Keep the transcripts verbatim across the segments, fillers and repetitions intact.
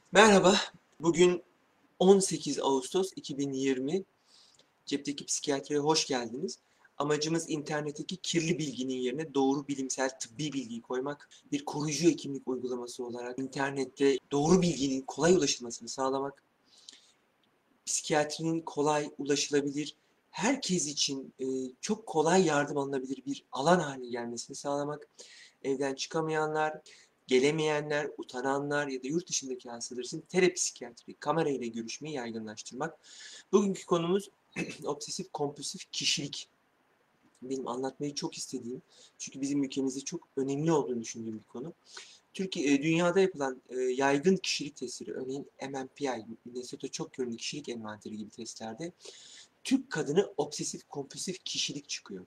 Merhaba, bugün on sekiz Ağustos iki bin yirmi. Cepteki psikiyatriye hoş geldiniz. Amacımız internetteki kirli bilginin yerine doğru bilimsel tıbbi bilgiyi koymak, bir koruyucu hekimlik uygulaması olarak internette doğru bilginin kolay ulaşılmasını sağlamak, psikiyatrinin kolay ulaşılabilir, herkes için e, çok kolay yardım alınabilir bir alan haline gelmesini sağlamak, evden çıkamayanlar, gelemeyenler, utananlar ya da yurt dışındaki hastalar için telepsikiyatri, kamera ile görüşmeyi yaygınlaştırmak. Bugünkü konumuz obsesif kompulsif kişilik. Benim anlatmayı çok istediğim, çünkü bizim ülkemizde çok önemli olduğunu düşündüğüm bir konu. Türkiye, e, dünyada yapılan e, yaygın kişilik testleri, örneğin M M P I, Minnesota Çok Yönlü Kişilik Envanteri gibi testlerde Türk kadını obsesif kompulsif kişilik çıkıyor.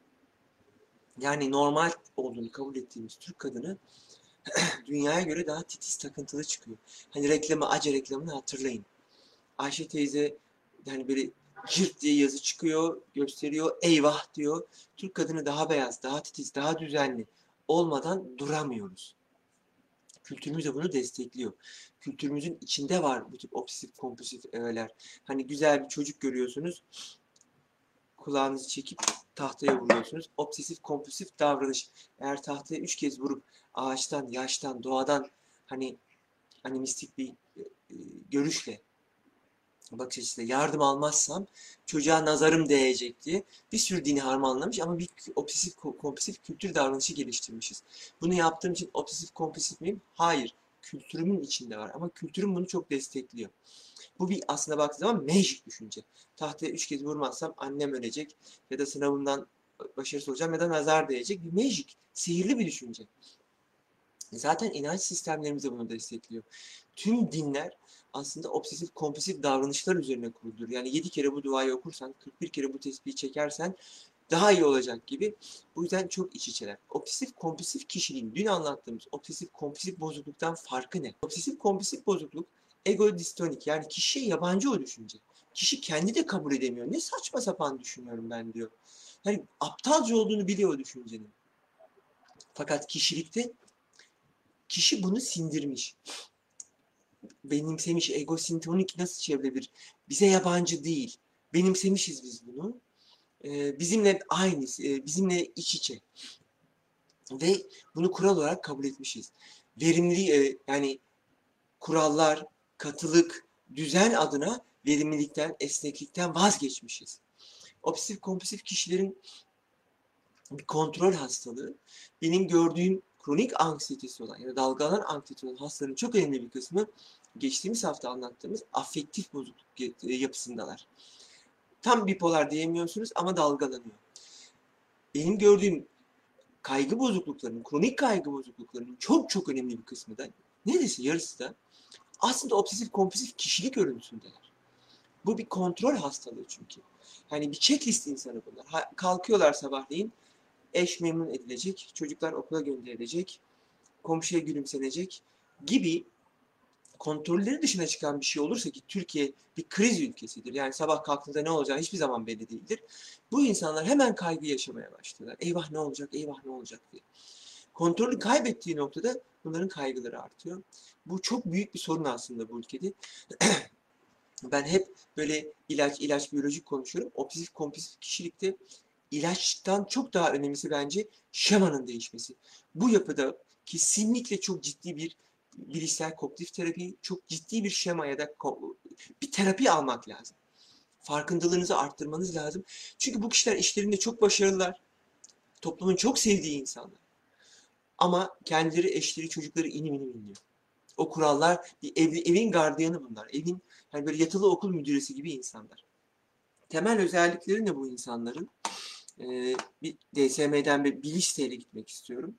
Yani normal olduğunu kabul ettiğimiz Türk kadını dünyaya göre daha titiz, takıntılı çıkıyor. Hani reklamı, Ace reklamını hatırlayın. Ayşe teyze hani böyle cırt diye yazı çıkıyor, gösteriyor, eyvah diyor. Türk kadını daha beyaz, daha titiz, daha düzenli olmadan duramıyoruz. Kültürümüz de bunu destekliyor. Kültürümüzün içinde var bu tip obsesif kompulsif öğeler. Hani güzel bir çocuk görüyorsunuz, kulağınızı çekip tahtaya vuruyorsunuz. Obsesif kompulsif davranış. Eğer tahtaya üç kez vurup ağaçtan, yaştan, doğadan hani animistik bir e, e, görüşle, bakış açısıyla yardım almazsam çocuğa nazarım değecek diye bir sürü dini harmanlamış ama bir obsesif kompulsif kültür davranışı geliştirmişiz. Bunu yaptığım için obsesif kompulsif miyim? Hayır. Kültürümün içinde var ama kültürüm bunu çok destekliyor. Bu bir aslında baktığı zaman magic düşünce. Tahtaya üç kez vurmazsam annem ölecek ya da sınavımdan başarısız olacağım ya da nazar değecek. Bir magic, sihirli bir düşünce. Zaten inanç sistemlerimiz de bunu destekliyor. Tüm dinler aslında obsesif kompulsif davranışlar üzerine kuruludur. Yani yedi kere bu duayı okursan, kırk bir kere bu tesbihi çekersen daha iyi olacak gibi. Bu yüzden çok iç içeler. Obsesif kompulsif kişiliğin dün anlattığımız obsesif kompulsif bozukluktan farkı ne? Obsesif kompulsif bozukluk ego distonik, yani kişiye yabancı o düşünce. Kişi kendi de kabul edemiyor. Ne saçma sapan düşünüyorum ben diyor. Yani aptalca olduğunu biliyor o düşüncenin. Fakat kişilikte kişi bunu sindirmiş, benimsemiş. Ego sintonik nasıl çevrilebilir? Bize yabancı değil. Benimsemişiz biz bunu. Ee, bizimle aynı, e, bizimle iç içe. Ve bunu kural olarak kabul etmişiz. Verimli, e, yani kurallar, katılık, düzen adına verimlilikten, esneklikten vazgeçmişiz. Obsesif kompulsif kişilerin bir kontrol hastalığı, benim gördüğüm kronik anksiyetesi olan ya da dalgalanan anksiyetesi olan hastaların çok önemli bir kısmı geçtiğimiz hafta anlattığımız afektif bozukluk yapısındalar. Tam bipolar diyemiyorsunuz ama dalgalanıyor. Benim gördüğüm kaygı bozukluklarının, kronik kaygı bozukluklarının çok çok önemli bir kısmı da, neredeyse yarısı da aslında obsesif kompulsif kişilik örüntüsündeler. Bu bir kontrol hastalığı çünkü. Yani bir checklist insanı bunlar. Ha, kalkıyorlar sabahleyin, eş memnun edilecek, çocuklar okula gönderilecek, komşuya gülümsenecek gibi kontrolleri dışına çıkan bir şey olursa, ki Türkiye bir kriz ülkesidir. Yani sabah kalktığında ne olacağı hiçbir zaman belli değildir. Bu insanlar hemen kaygı yaşamaya başlıyorlar. Eyvah ne olacak, eyvah ne olacak diye. Kontrolü kaybettiği noktada bunların kaygıları artıyor. Bu çok büyük bir sorun aslında bu ülkede. Ben hep böyle ilaç, ilaç, biyolojik konuşuyorum. Obsesif kompulsif kişilikte ilaçtan çok daha önemlisi bence şemanın değişmesi. Bu yapıda kesinlikle çok ciddi bir bilişsel kognitif terapi, çok ciddi bir şema ya da bir terapi almak lazım. Farkındalığınızı arttırmanız lazım. Çünkü bu kişiler işlerinde çok başarılılar. Toplumun çok sevdiği insanlar. Ama kendileri, eşleri, çocukları inim inim inliyor. O kurallar, bir ev, evin gardiyanı bunlar. Evin yani böyle yatılı okul müdüresi gibi insanlar. Temel özellikleri ne bu insanların? Ee, bir D S M'den bir, bir listeyle gitmek istiyorum.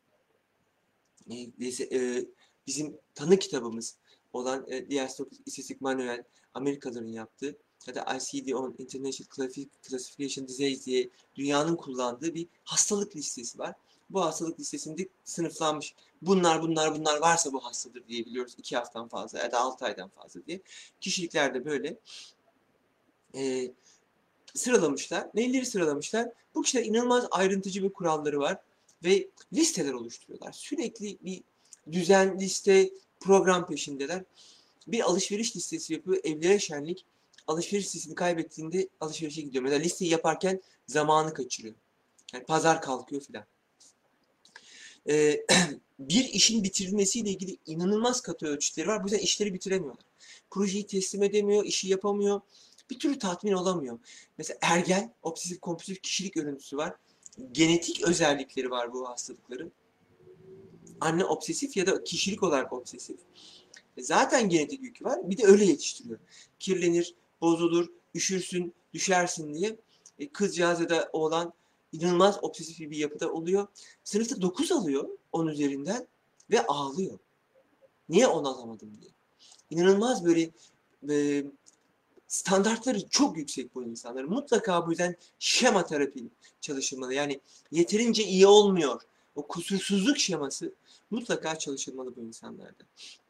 Ee, e, bizim tanı kitabımız olan e, Diagnostic İstatistik Manuel, Amerikalıların yaptığı ya da I C D on International Classification Disease diye dünyanın kullandığı bir hastalık listesi var. Bu hastalık listesinde sınıflanmış. Bunlar bunlar bunlar varsa bu hastadır diyebiliyoruz. iki haftadan fazla ya da altı aydan fazla diye. Kişilikler de böyle. Ee, Sıralamışlar. Neyleri sıralamışlar? Bu kişiler inanılmaz ayrıntıcı bir kuralları var ve listeler oluşturuyorlar. Sürekli bir düzen, liste, program peşindeler. Bir alışveriş listesi yapıyor, evlere şenlik. Alışveriş listesini kaybettiğinde alışverişe gidiyor. Mesela listeyi yaparken zamanı kaçırıyor. Yani pazar kalkıyor filan. Ee, bir işin bitirilmesiyle ilgili inanılmaz katı ölçütleri var. Bu yüzden işleri bitiremiyorlar. Projeyi teslim edemiyor, işi yapamıyor. Bir türlü tatmin olamıyor. Mesela ergen, obsesif kompulsif kişilik örüntüsü var. Genetik özellikleri var bu hastalıkların. Anne obsesif ya da kişilik olarak obsesif. Zaten genetik yükü var. Bir de öyle yetiştiriyor. Kirlenir, bozulur, üşürsün, düşersin diye. E, kızcağız ya da oğlan inanılmaz obsesif bir yapıda oluyor. Sınıfta dokuz alıyor on üzerinden ve ağlıyor. Niye on alamadım diye. İnanılmaz böyle e, standartları çok yüksek bu insanların. Mutlaka bu yüzden şema terapi çalışılmalı. Yani yeterince iyi olmuyor. O kusursuzluk şeması mutlaka çalışılmalı bu insanlarda.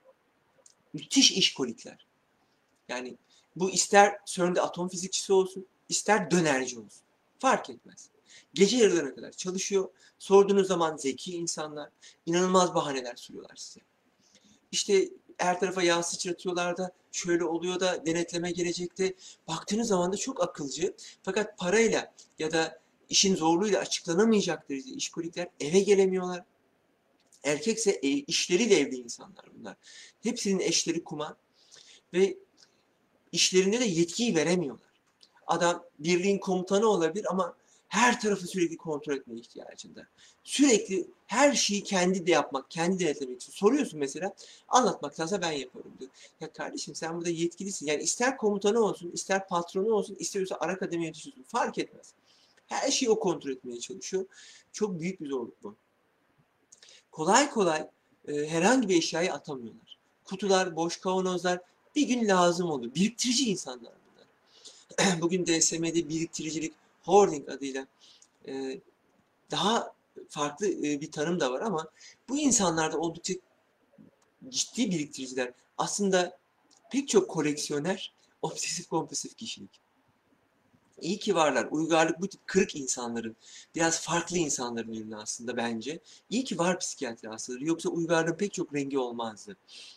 Müthiş işkolikler. Yani bu ister CERN'de atom fizikçisi olsun, ister dönerci olsun. Fark etmez. Gece yarılarına kadar çalışıyor. Sorduğunuz zaman zeki insanlar, inanılmaz bahaneler sunuyorlar size. İşte her tarafa yağ sıçratıyorlar da şöyle oluyor da denetleme gelecekte. Baktığınız zaman da çok akılcı. Fakat parayla ya da işin zorluğuyla açıklanamayacak derecede işkolikler, eve gelemiyorlar. Erkekse e, işleriyle evli insanlar bunlar. Hepsinin eşleri kuma ve işlerinde de yetkiyi veremiyorlar. Adam birliğin komutanı olabilir ama her tarafı sürekli kontrol etmeye ihtiyacında. Sürekli her şeyi kendi de yapmak, kendi denetlemek için. Soruyorsun mesela, anlatmaktansa ben yaparım diyor. Ya kardeşim sen burada yetkilisin. Yani ister komutanı olsun, ister patronu olsun, istiyorsa ara kademe yetiştirsin. Fark etmez. Her şeyi o kontrol etmeye çalışıyor. Çok büyük bir zorluk bu. Kolay kolay e, herhangi bir eşyayı atamıyorlar. Kutular, boş kavanozlar bir gün lazım oluyor. Biriktirici insanlar bunlar. Bugün D S M'de biriktiricilik, hoarding adıyla e, daha farklı e, bir tanım da var ama bu insanlarda oldukça ciddi biriktiriciler. Aslında pek çok koleksiyoner, obsesif kompulsif kişilik. İyi ki varlar. Uygarlık bu tip kırık insanların, biraz farklı insanların ürünü aslında bence. İyi ki var psikiyatri hastaları. Yoksa uygarlığın pek çok rengi olmazdı.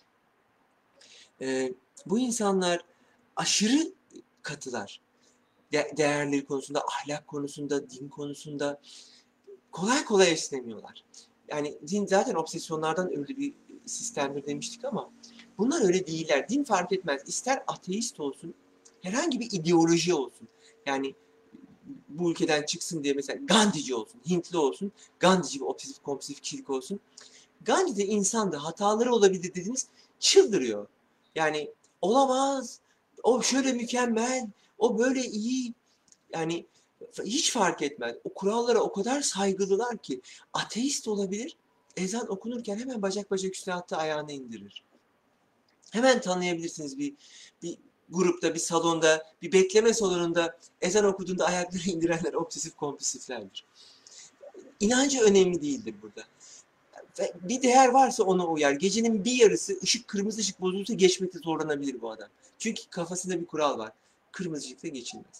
Ee, bu insanlar aşırı katılar. De- değerleri konusunda, ahlak konusunda, din konusunda kolay kolay esnemiyorlar. Yani din zaten obsesyonlardan öyle bir sistemdir demiştik ama bunlar öyle değiller. Din fark etmez. İster ateist olsun, herhangi bir ideoloji olsun. Yani bu ülkeden çıksın diye mesela Gandici olsun, Hintli olsun, Gandici bir obsesif kompulsif kişilik olsun. Gandhi de insandı, hataları olabilir dediniz, çıldırıyor. Yani olamaz, o şöyle mükemmel, o böyle iyi. Yani hiç fark etmez. O kurallara o kadar saygılılar ki ateist olabilir, ezan okunurken hemen bacak bacak üstüne attığı ayağını indirir. Hemen tanıyabilirsiniz bir, bir grupta, bir salonda, bir bekleme salonunda ezan okuduğunda ayakları indirenler obsesif kompulsiflerdir. İnancı önemli değildir burada. Ve bir değer varsa ona uyar. Gecenin bir yarısı ışık kırmızı ışık bozulursa geçmekte zorlanabilir bu adam. Çünkü kafasında bir kural var. Kırmızı ışıkta geçilmez.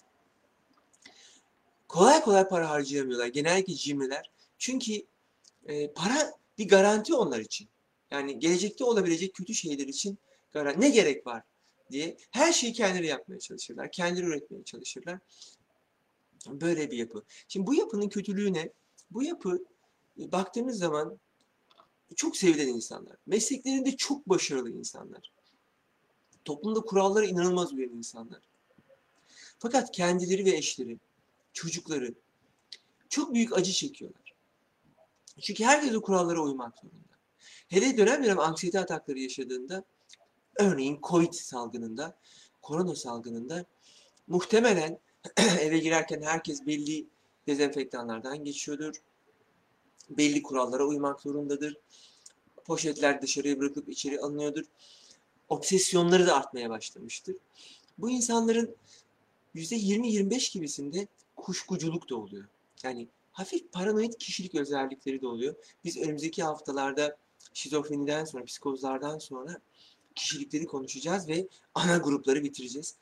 Kolay kolay para harcayamıyorlar. Genellikle cimriler. Çünkü e, para bir garanti onlar için. Yani gelecekte olabilecek kötü şeyler için garanti. Ne gerek var diye her şeyi kendileri yapmaya çalışırlar. Kendileri üretmeye çalışırlar. Böyle bir yapı. Şimdi bu yapının kötülüğü ne? Bu yapı e, baktığımız zaman çok sevilen insanlar. Mesleklerinde çok başarılı insanlar. Toplumda kurallara inanılmaz uyan insanlar. Fakat kendileri ve eşleri, çocukları çok büyük acı çekiyorlar. Çünkü herkes o kurallara uymak zorunda. Hele dönem dönem anksiyete atakları yaşadığında, örneğin Covid salgınında, korona salgınında muhtemelen eve girerken herkes belli dezenfektanlardan geçiyordur. Belli kurallara uymak zorundadır. Poşetler dışarıya bırakıp içeri alınıyordur. Obsesyonları da artmaya başlamıştır. Bu insanların yüzde yirmi yirmi beş gibisinde kuşkuculuk da oluyor. Yani hafif paranoid kişilik özellikleri de oluyor. Biz önümüzdeki haftalarda şizofreniden sonra, psikozlardan sonra kişilikleri konuşacağız ve ana grupları bitireceğiz.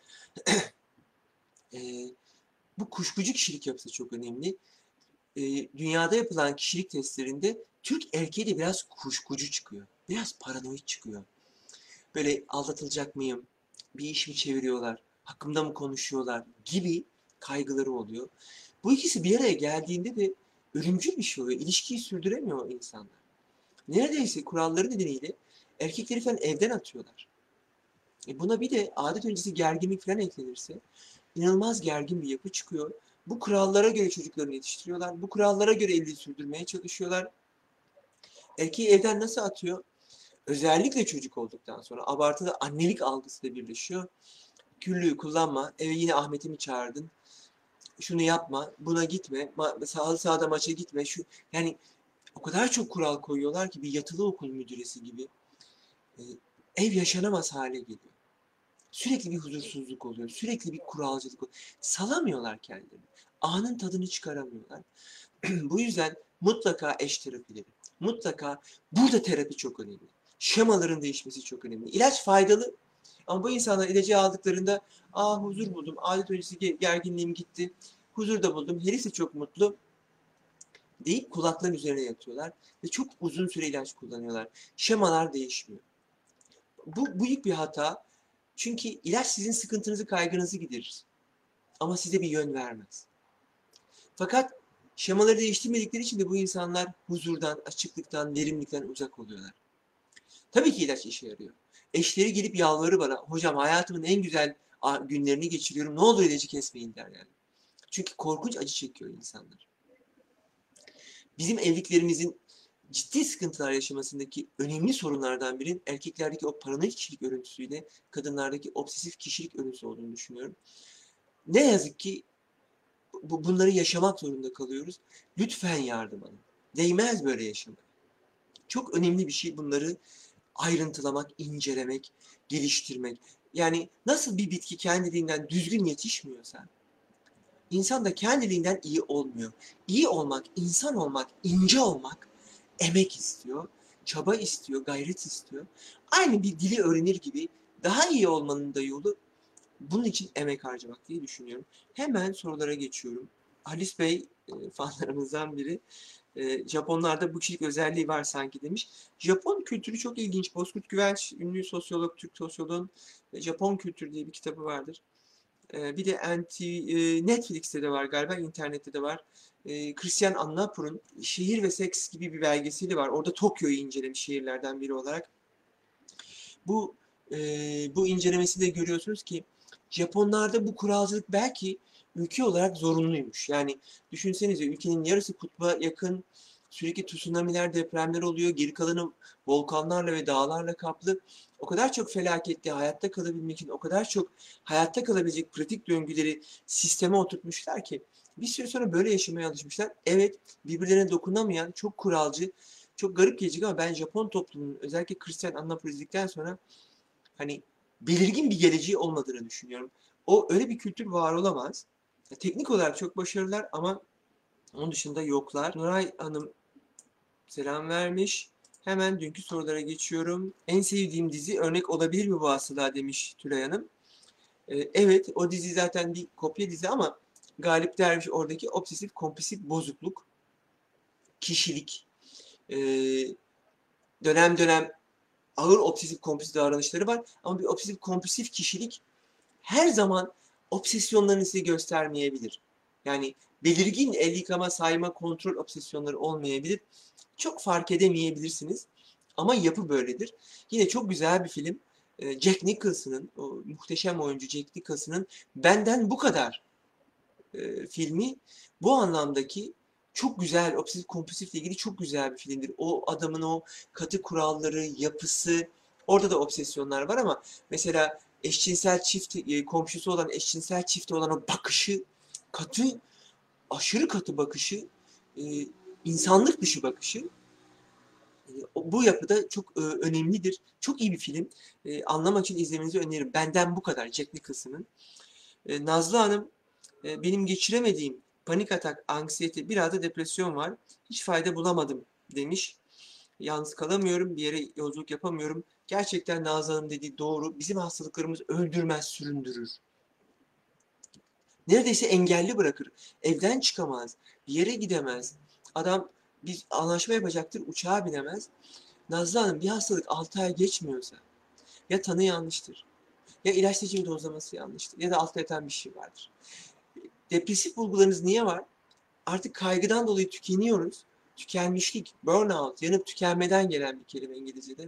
Ee, bu kuşkucu kişilik yapısı çok önemli. Ee, dünyada yapılan kişilik testlerinde Türk erkeği de biraz kuşkucu çıkıyor. Biraz paranoid çıkıyor. Böyle aldatılacak mıyım? Bir iş mi çeviriyorlar? Hakkımda mı konuşuyorlar? Gibi kaygıları oluyor. Bu ikisi bir araya geldiğinde de ölümcül bir şey oluyor. İlişkiyi sürdüremiyor insanlar. Neredeyse kuralları nedeniyle erkekleri falan evden atıyorlar. E buna bir de adet öncesi gerginlik falan eklenirse inanılmaz gergin bir yapı çıkıyor. Bu kurallara göre çocuklarını yetiştiriyorlar. Bu kurallara göre evliliği sürdürmeye çalışıyorlar. Erkeği evden nasıl atıyor? Özellikle çocuk olduktan sonra abartılı annelik algısı da birleşiyor. Küllüğü kullanma, eve yine Ahmet'i mi çağırdın? Şunu yapma, buna gitme, ma- halı sahada maça gitme. Şu yani o kadar çok kural koyuyorlar ki bir yatılı okul müdüresi gibi. E, Ev yaşanamaz hale geliyor. Sürekli bir huzursuzluk oluyor. Sürekli bir kuralcılık oluyor. Salamıyorlar kendilerini. Anın tadını çıkaramıyorlar. Bu yüzden mutlaka eş terapileri, mutlaka burada terapi çok önemli. Şemaların değişmesi çok önemli. İlaç faydalı ama bu insanlar ilacı aldıklarında aa huzur buldum, adet öncesi gerginliğim gitti, huzur da buldum, herif de çok mutlu deyip kulakların üzerine yatıyorlar ve çok uzun süre ilaç kullanıyorlar. Şemalar değişmiyor. Bu büyük bir hata. Çünkü ilaç sizin sıkıntınızı, kaygınızı giderir. Ama size bir yön vermez. Fakat şemaları değiştirmedikleri için de bu insanlar huzurdan, açıklıktan, verimlilikten uzak oluyorlar. Tabii ki ilaç işe yarıyor. Eşleri gelip yalvarır bana, hocam hayatımın en güzel günlerini geçiriyorum, ne olur ilacı kesmeyin der yani. Çünkü korkunç acı çekiyor insanlar. Bizim evliliklerimizin ciddi sıkıntılar yaşamasındaki önemli sorunlardan biri erkeklerdeki o paranoid kişilik örüntüsüyle kadınlardaki obsesif kişilik örüntüsü olduğunu düşünüyorum. Ne yazık ki bu, bunları yaşamak zorunda kalıyoruz. Lütfen yardım alın. Değmez böyle yaşamak. Çok önemli bir şey bunları ayrıntılamak, incelemek, geliştirmek. Yani nasıl bir bitki kendiliğinden düzgün yetişmiyorsa, insan da kendiliğinden iyi olmuyor. İyi olmak, insan olmak, ince olmak emek istiyor, çaba istiyor, gayret istiyor. Aynı bir dili öğrenir gibi daha iyi olmanın da yolu bunun için emek harcamak diye düşünüyorum. Hemen sorulara geçiyorum. Halis Bey e, fanlarımızdan biri. E, Japonlarda bu kişilik özelliği var sanki demiş. Japon kültürü çok ilginç. Bozkurt Güvenç, ünlü sosyolog, Türk sosyoloğun Japon Kültürü diye bir kitabı vardır. E, bir de anti, e, Netflix'te de var galiba, internette de var. E, Christian Annapur'un Şehir ve Seks gibi bir belgeseli var. Orada Tokyo'yu incelemiş şehirlerden biri olarak. Bu e, bu incelemesinde görüyorsunuz ki Japonlarda bu kuralcılık belki ülke olarak zorunluymuş. Yani düşünsenize ülkenin yarısı kutba yakın, sürekli tsunamiler, depremler oluyor. Geri kalanı volkanlarla ve dağlarla kaplı. O kadar çok felaketli hayatta kalabilmek için o kadar çok hayatta kalabilecek pratik döngüleri sisteme oturtmuşlar ki bir süre sonra böyle yaşamaya alışmışlar. Evet, birbirlerine dokunamayan, çok kuralcı, çok garip gelecek ama ben Japon toplumunun özellikle Hristiyan Annapur izledikten sonra hani belirgin bir geleceği olmadığını düşünüyorum. O öyle bir kültür var olamaz. Teknik olarak çok başarılılar ama onun dışında yoklar. Nuray Hanım selam vermiş. Hemen dünkü sorulara geçiyorum. En sevdiğim dizi örnek olabilir mi bu aslında demiş Tülay Hanım. Ee, evet, o dizi zaten bir kopya dizi ama Galip Derviş oradaki obsesif kompulsif bozukluk, kişilik, ee, dönem dönem ağır obsesif kompulsif davranışları var. Ama bir obsesif kompulsif kişilik her zaman obsesyonlarını size göstermeyebilir. Yani belirgin el yıkama, sayma, kontrol obsesyonları olmayabilir. Çok fark edemeyebilirsiniz. Ama yapı böyledir. Yine çok güzel bir film. Ee, Jack Nicholson'ın, o muhteşem oyuncu Jack Nicholson'ın Benden Bu Kadar e, filmi bu anlamdaki çok güzel, obsesif kompulsifle ilgili çok güzel bir filmdir. O adamın o katı kuralları, yapısı, orada da obsesyonlar var ama mesela eşcinsel çift, e, komşusu olan eşcinsel çifte olan o bakışı, katı, aşırı katı bakışı, e, insanlık dışı bakışı, e, bu yapıda çok e, önemlidir. Çok iyi bir film. E, anlamak için izlemenizi öneririm. Benden Bu Kadar, Jack Nicholson'ın. E, Nazlı Hanım, e, benim geçiremediğim panik atak, anksiyete, biraz da depresyon var. Hiç fayda bulamadım demiş. Yalnız kalamıyorum, bir yere yolculuk yapamıyorum. Gerçekten Nazlı Hanım dediği doğru. Bizim hastalıklarımız öldürmez, süründürür. Neredeyse engelli bırakır. Evden çıkamaz, bir yere gidemez. Adam bir anlaşma yapacaktır, uçağa binemez. Nazlı Hanım bir hastalık altı ay geçmiyorsa Ya tanı yanlıştır, ya ilaç seçimi dozlaması yanlıştır, ya da altta yatan bir şey vardır. Depresif bulgularınız niye var? Artık kaygıdan dolayı tükeniyoruz. Tükenmişlik, burnout, yanıp tükenmeden gelen bir kelime İngilizce'de.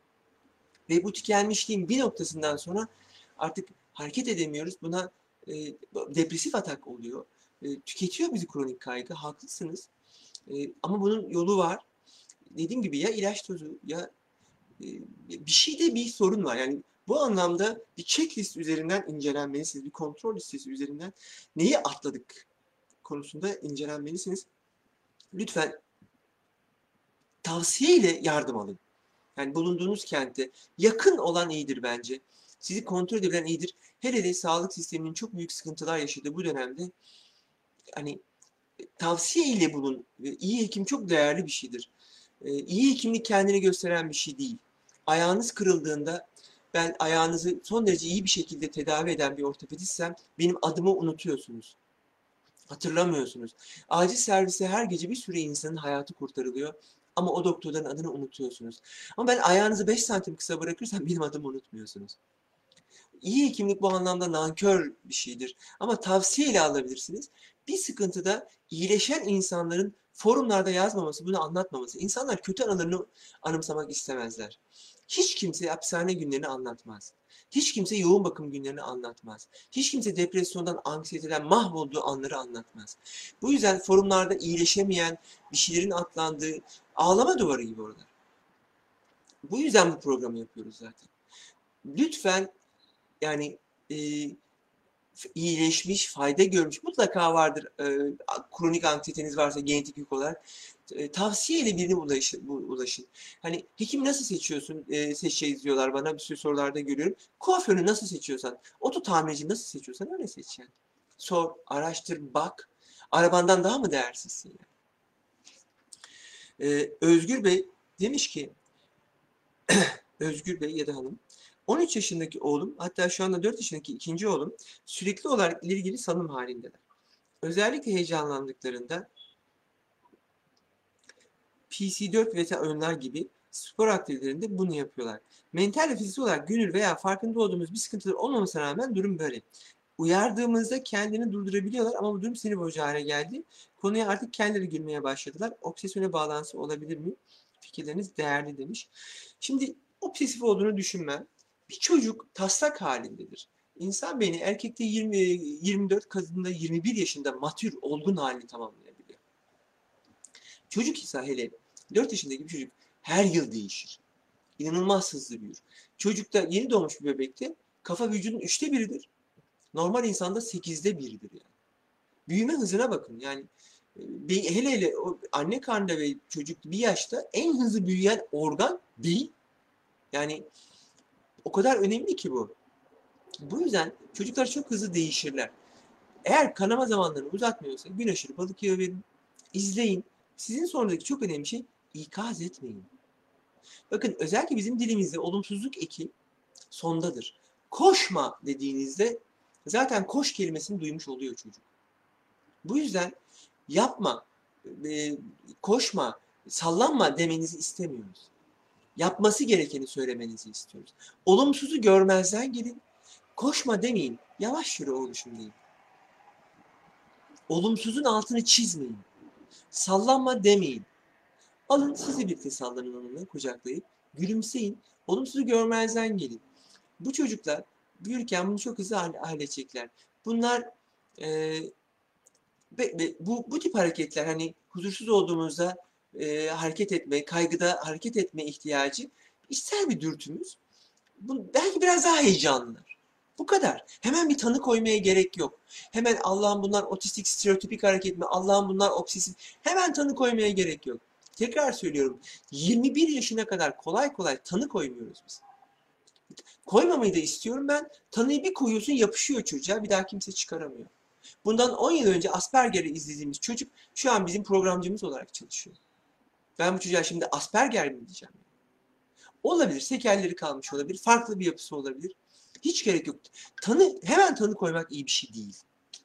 Ve bu tükenmişliğin bir noktasından sonra artık hareket edemiyoruz. Buna e, depresif atak oluyor. E, tüketiyor bizi kronik kaygı. Haklısınız. E, ama bunun yolu var. Dediğim gibi ya ilaç tozu ya e, bir şeyde bir sorun var. Yani bu anlamda bir checklist üzerinden incelenmelisiniz. Bir kontrol listesi üzerinden neyi atladık konusunda incelenmelisiniz. Lütfen tavsiyeyle yardım alın. Yani bulunduğunuz kente yakın olan iyidir bence. Sizi kontrol edebilen iyidir. Hele de sağlık sisteminin çok büyük sıkıntılar yaşadığı bu dönemde hani tavsiye ile bulun. İyi hekim çok değerli bir şeydir. İyi hekimlik kendini gösteren bir şey değil. Ayağınız kırıldığında ben ayağınızı son derece iyi bir şekilde tedavi eden bir ortopedistsem benim adımı unutuyorsunuz. Hatırlamıyorsunuz. Acil servise her gece bir sürü insanın hayatı kurtarılıyor. Ama o doktorların adını unutuyorsunuz. Ama ben ayağınızı beş santim kısa bırakırsam benim adımı unutmuyorsunuz. İyi hekimlik bu anlamda nankör bir şeydir. Ama tavsiyeyle alabilirsiniz. Bir sıkıntıda iyileşen insanların forumlarda yazmaması, bunu anlatmaması. İnsanlar kötü anılarını anımsamak istemezler. Hiç kimse hapishane günlerini anlatmaz. Hiç kimse yoğun bakım günlerini anlatmaz. Hiç kimse depresyondan, anksiyeteden mahvolduğu anları anlatmaz. Bu yüzden forumlarda iyileşemeyen, bir şeylerin atlandığı ağlama duvarı gibi oralar. Bu yüzden bu programı yapıyoruz zaten. Lütfen yani e, iyileşmiş, fayda görmüş mutlaka vardır. E, kronik anksiyeteniz varsa genetik yük olarak e, tavsiyeyle birine ulaşın, ulaşın. Hani hekim nasıl seçiyorsun? E, seçeceğiz diyorlar bana bir sürü sorularda görüyorum. Kuaförünü nasıl seçiyorsan, oto tamirci nasıl seçiyorsan öyle seç yani. Sor, araştır, bak. Arabandan daha mı değersizsin yani? E, Özgür Bey demiş ki Özgür Bey ya da hanım. on üç yaşındaki oğlum, hatta şu anda dört yaşındaki ikinci oğlum sürekli olarak ilgili sanım halindeler. Özellikle heyecanlandıklarında P C dört ve oyunlar gibi spor aktivitelerinde bunu yapıyorlar. Mental ve fiziksel olarak gönül veya farkında olduğumuz bir sıkıntıları olmamasına rağmen durum böyle. Uyardığımızda kendini durdurabiliyorlar ama bu durum sinir bozucu hale geldi. Konuya artık kendileri gülmeye başladılar. Obsesyona bağlantısı olabilir mi? Fikirleriniz değerli demiş. Şimdi obsesif olduğunu düşünmem. Bir çocuk taslak halindedir. İnsan beyni erkekte yirmi, yirmi dört, kadında yirmi bir yaşında matür, olgun halini tamamlayabiliyor. Çocuk ise hele dört yaşındaki bir çocuk her yıl değişir. İnanılmaz hızlı büyür. Çocukta yeni doğmuş bir bebekte kafa vücudun üçte biridir. Normal insanda sekizde biridir yani. Büyüme hızına bakın. Yani hele hele o anne karnında ve çocuk bir yaşta en hızlı büyüyen organ beyin. Yani o kadar önemli ki bu. Bu yüzden çocuklar çok hızlı değişirler. Eğer kanama zamanlarını uzatmıyorsa gün aşırı balık yağı verin, izleyin. Sizin sonraki çok önemli şey ikaz etmeyin. Bakın özellikle bizim dilimizde olumsuzluk eki sondadır. Koşma dediğinizde zaten koş kelimesini duymuş oluyor çocuk. Bu yüzden yapma, e, koşma, sallanma demenizi istemiyoruz. Yapması gerekeni söylemenizi istiyoruz. Olumsuzu görmezden gelin. Koşma demeyin. Yavaş yürü oğluşum deyin. Olumsuzun altını çizmeyin. Sallanma demeyin. Alın sizi birlikte sallanın onunla kucaklayıp gülümseyin. Olumsuzu görmezden gelin. Bu çocuklar büyürken bunu çok hızlı halledecekler. Bunlar e, ve, ve bu, bu tip hareketler hani huzursuz olduğumuzda e, hareket etme, kaygıda hareket etme ihtiyacı içsel bir dürtümüz. Bu, belki biraz daha heyecanlılar. Bu kadar. Hemen bir tanı koymaya gerek yok. Hemen Allah'ım bunlar otistik stereotipik hareket mi? Allah'ım bunlar obsesif. Hemen tanı koymaya gerek yok. Tekrar söylüyorum. yirmi bir yaşına kadar kolay kolay tanı koymuyoruz biz. Koymamayı da istiyorum ben. Tanıyı bir koyuyorsun yapışıyor çocuğa. Bir daha kimse çıkaramıyor. Bundan on yıl önce Asperger'i izlediğimiz çocuk şu an bizim programcımız olarak çalışıyor. Ben bu çocuğa şimdi Asperger mi diyeceğim? Olabilir. Sekelleri kalmış olabilir. Farklı bir yapısı olabilir. Hiç gerek yok. Tanı, hemen tanı koymak iyi bir şey değil.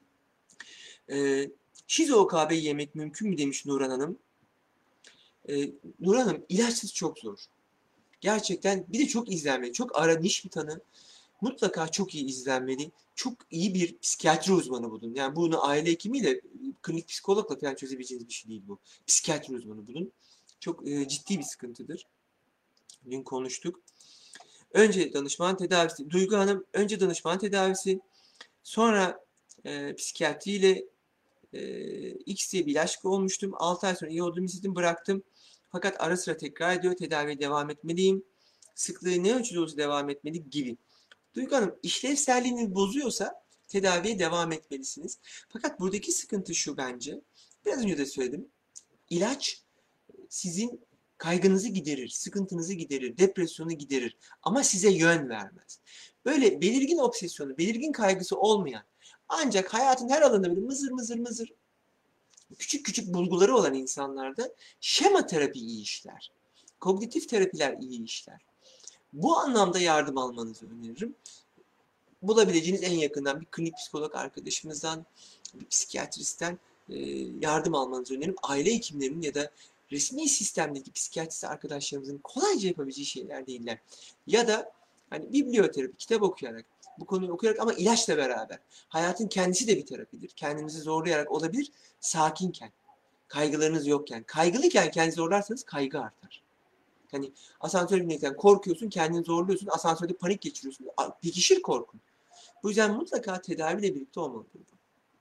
Ee, Şizo O K B yemek mümkün mü demiş Nurhan Hanım. Ee, Nurhan Hanım ilaçsız çok zor. Gerçekten bir de çok izlenmeli. Çok ara niş bir tanı. Mutlaka çok iyi izlenmeli. Çok iyi bir psikiyatri uzmanı bulun. Yani bunu aile hekimiyle, klinik psikologla falan çözebileceğiniz bir şey değil bu. Psikiyatri uzmanı bulun. Çok e, ciddi bir sıkıntıdır. Dün konuştuk. Önce danışman tedavisi. Duygu Hanım önce danışman tedavisi, sonra e, psikiyatriyle e, X diye bir ilaç olmuştum. altı ay sonra iyi olduğumu hissettim, bıraktım. Fakat ara sıra tekrar ediyor. Tedaviye devam etmeliyim. Sıklığı ne ölçüde olsa devam etmeli gibi. Duygu Hanım, işlevselliğini bozuyorsa tedaviye devam etmelisiniz. Fakat buradaki sıkıntı şu bence. Biraz önce de söyledim. İlaç sizin kaygınızı giderir, sıkıntınızı giderir, depresyonu giderir ama size yön vermez. Böyle belirgin obsesyonu, belirgin kaygısı olmayan, ancak hayatın her alanında böyle mızır mızır mızır küçük küçük bulguları olan insanlarda şema terapi iyi işler. Kognitif terapiler iyi işler. Bu anlamda yardım almanızı öneririm. Bulabileceğiniz en yakından bir klinik psikolog arkadaşımızdan, bir psikiyatristten e, yardım almanızı öneririm. Aile hekimlerinin ya da resmi sistemdeki psikiyatrist arkadaşlarımızın kolayca yapabileceği şeyler değiller. Ya da hani biblioterapi, kitap okuyarak, bu konuyu okuyarak ama ilaçla beraber. Hayatın kendisi de bir terapidir. Kendinizi zorlayarak olabilir, sakinken, kaygılarınız yokken. Kaygılıyken kendinizi zorlarsanız kaygı artar. Hani asansöre binmekten korkuyorsun, kendini zorluyorsun, asansörde panik geçiriyorsun. Pekişir korkun. Bu yüzden mutlaka tedaviyle birlikte olmalıdır bu.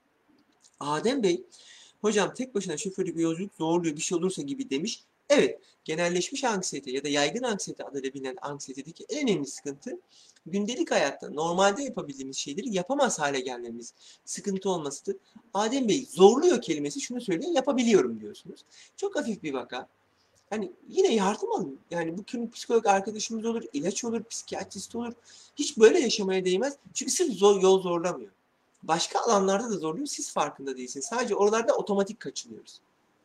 Adem Bey, hocam tek başına şoförlük ve yolculuk zorluyor, bir şey olursa gibi demiş. Evet, genelleşmiş anksiyete ya da yaygın anksiyete adıyla bilinen anksiyetedeki en önemli sıkıntı gündelik hayatta normalde yapabildiğimiz şeyleri yapamaz hale gelmemiz, sıkıntı olmasıdır. Adem Bey, zorluyor kelimesi şunu söyleyin, yapabiliyorum diyorsunuz. Çok hafif bir vaka. Hani yine yardım alın. Yani bu klinik psikolog arkadaşımız olur, ilaç olur, psikiyatrist olur. Hiç böyle yaşamaya değmez. Çünkü sırf zor, yol zorlamıyor. Başka alanlarda da zorluyor. Siz farkında değilsiniz. Sadece oralarda otomatik kaçınıyoruz.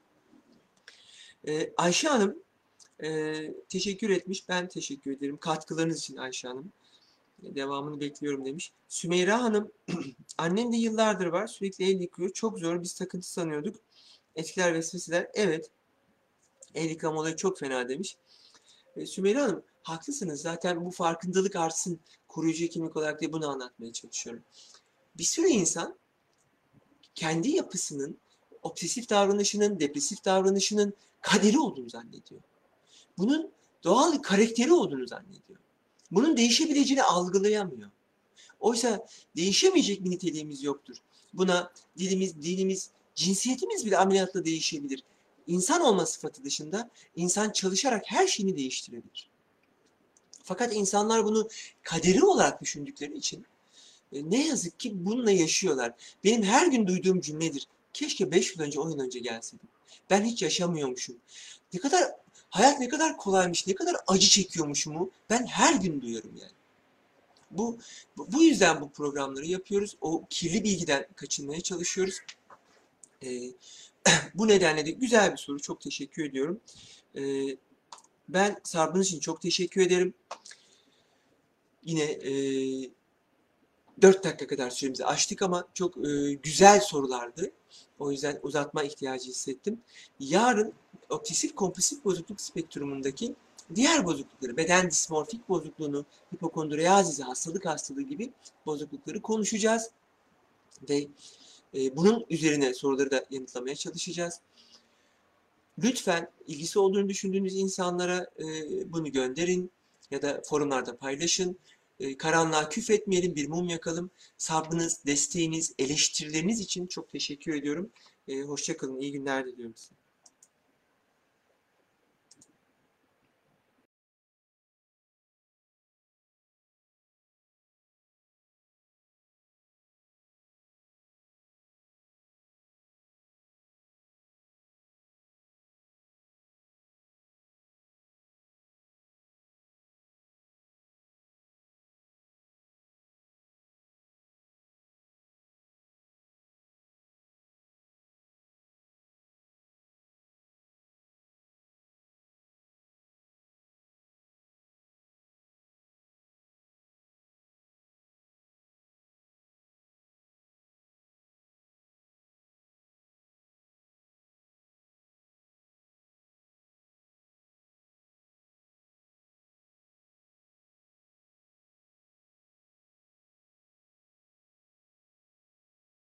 Ee, Ayşe Hanım e, teşekkür etmiş. Ben teşekkür ederim. Katkılarınız için Ayşe Hanım. Devamını bekliyorum demiş. Sümeyra Hanım, annem de yıllardır var. Sürekli el yıkıyor. Çok zor. Biz takıntı sanıyorduk. Etkiler vesveseler. Evet. El yıkama olayı çok fena demiş. E, Sümeyra Hanım, haklısınız. Zaten bu farkındalık artsın. Koruyucu hekimlik olarak da bunu anlatmaya çalışıyorum. Bir sürü insan kendi yapısının, obsesif davranışının, depresif davranışının kaderi olduğunu zannediyor. Bunun doğal bir karakteri olduğunu zannediyor. Bunun değişebileceğini algılayamıyor. Oysa değişemeyecek bir niteliğimiz yoktur. Buna dilimiz, dinimiz, cinsiyetimiz bile ameliyatla değişebilir. İnsan olma sıfatı dışında insan çalışarak her şeyini değiştirebilir. Fakat insanlar bunu kaderi olarak düşündükleri için e, ne yazık ki bununla yaşıyorlar. Benim her gün duyduğum cümledir. Keşke beş yıl önce, on yıl önce gelseydim. Ben hiç yaşamıyormuşum. Ne kadar hayat ne kadar kolaymış, ne kadar acı çekiyormuşumu ben her gün duyuyorum yani. Bu bu yüzden bu programları yapıyoruz. O kirli bilgiden kaçınmaya çalışıyoruz. E, bu nedenle de güzel bir soru. Çok teşekkür ediyorum. E, ben sabrınız için çok teşekkür ederim. Yine e, dört dakika kadar süremizi açtık ama çok e, güzel sorulardı. O yüzden uzatma ihtiyacı hissettim. Yarın obsesif kompulsif bozukluk spektrumundaki diğer bozuklukları, beden dismorfik bozukluğunu, hipokondriyazisi, hastalık hastalığı gibi bozuklukları konuşacağız. Ve e, bunun üzerine soruları da yanıtlamaya çalışacağız. Lütfen ilgisi olduğunu düşündüğünüz insanlara e, bunu gönderin ya da forumlarda paylaşın. E, karanlığa küfretmeyelim, bir mum yakalım. Sabrınız, desteğiniz, eleştirileriniz için çok teşekkür ediyorum. E, hoşça kalın, iyi günler diliyorum size.